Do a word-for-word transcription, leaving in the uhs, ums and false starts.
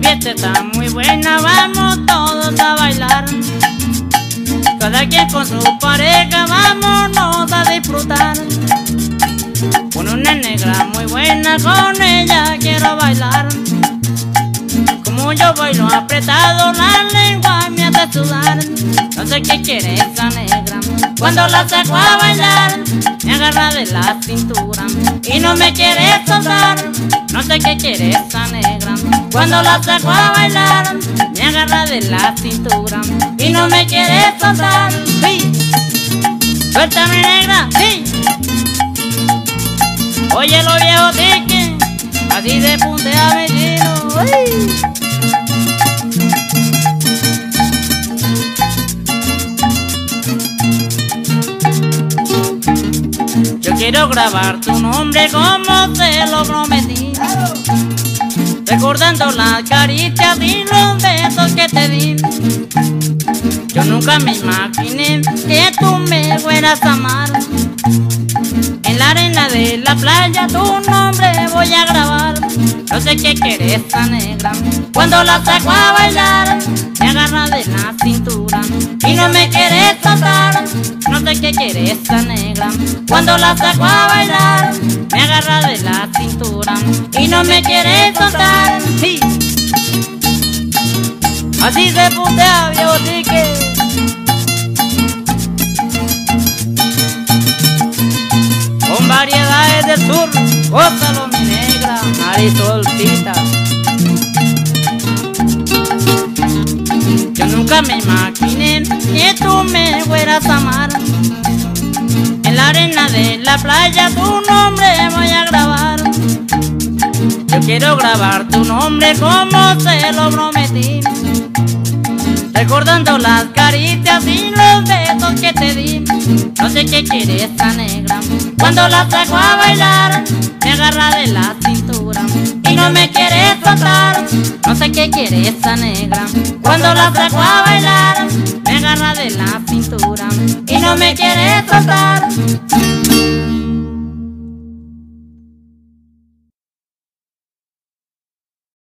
fiesta está muy buena, vamos todos a bailar. Cada quien con su pareja, vámonos a disfrutar. Con una negra muy buena, con ella quiero bailar. Como yo bailo apretado, la lengua me hace sudar. No sé qué quiere esa negra, cuando la saco a bailar, me agarra de la cintura y no me quiere soltar. No sé qué quiere esa negra, cuando la saco a bailar, me agarra de la cintura y no me quiere soltar. Sí, suéltame negra, sí. Oye los viejos tiques, así de puntea me tiro. Yo quiero grabar tu nombre como te lo prometí, recordando las caricias y los besos que te di. Yo nunca me imaginé que tú me fueras a amar. En la arena de la playa tu nombre voy a grabar. No sé qué quiere esa negra, cuando la saco a bailar, me agarra de la cintura y no me quiere soltar. No sé qué quiere esa negra, cuando la saco a bailar, me agarra de la cintura y no me quiere soltar. Sí, así se puntea viejo tique. Con variedades del sur, gózalo mi negra, Marisolcita. Yo nunca me imaginé que tú me fueras a amar. En la arena de la playa tu nombre voy a grabar. Yo quiero grabar tu nombre como se lo prometí, recordando las caricias y los besos que te di. No sé qué quiere esta negra, cuando la saco a bailar, me agarra de la cintura y no me quiere soltar. No sé qué quiere esta negra, cuando la saco a bailar, me agarra de la cintura y no me quiere soltar.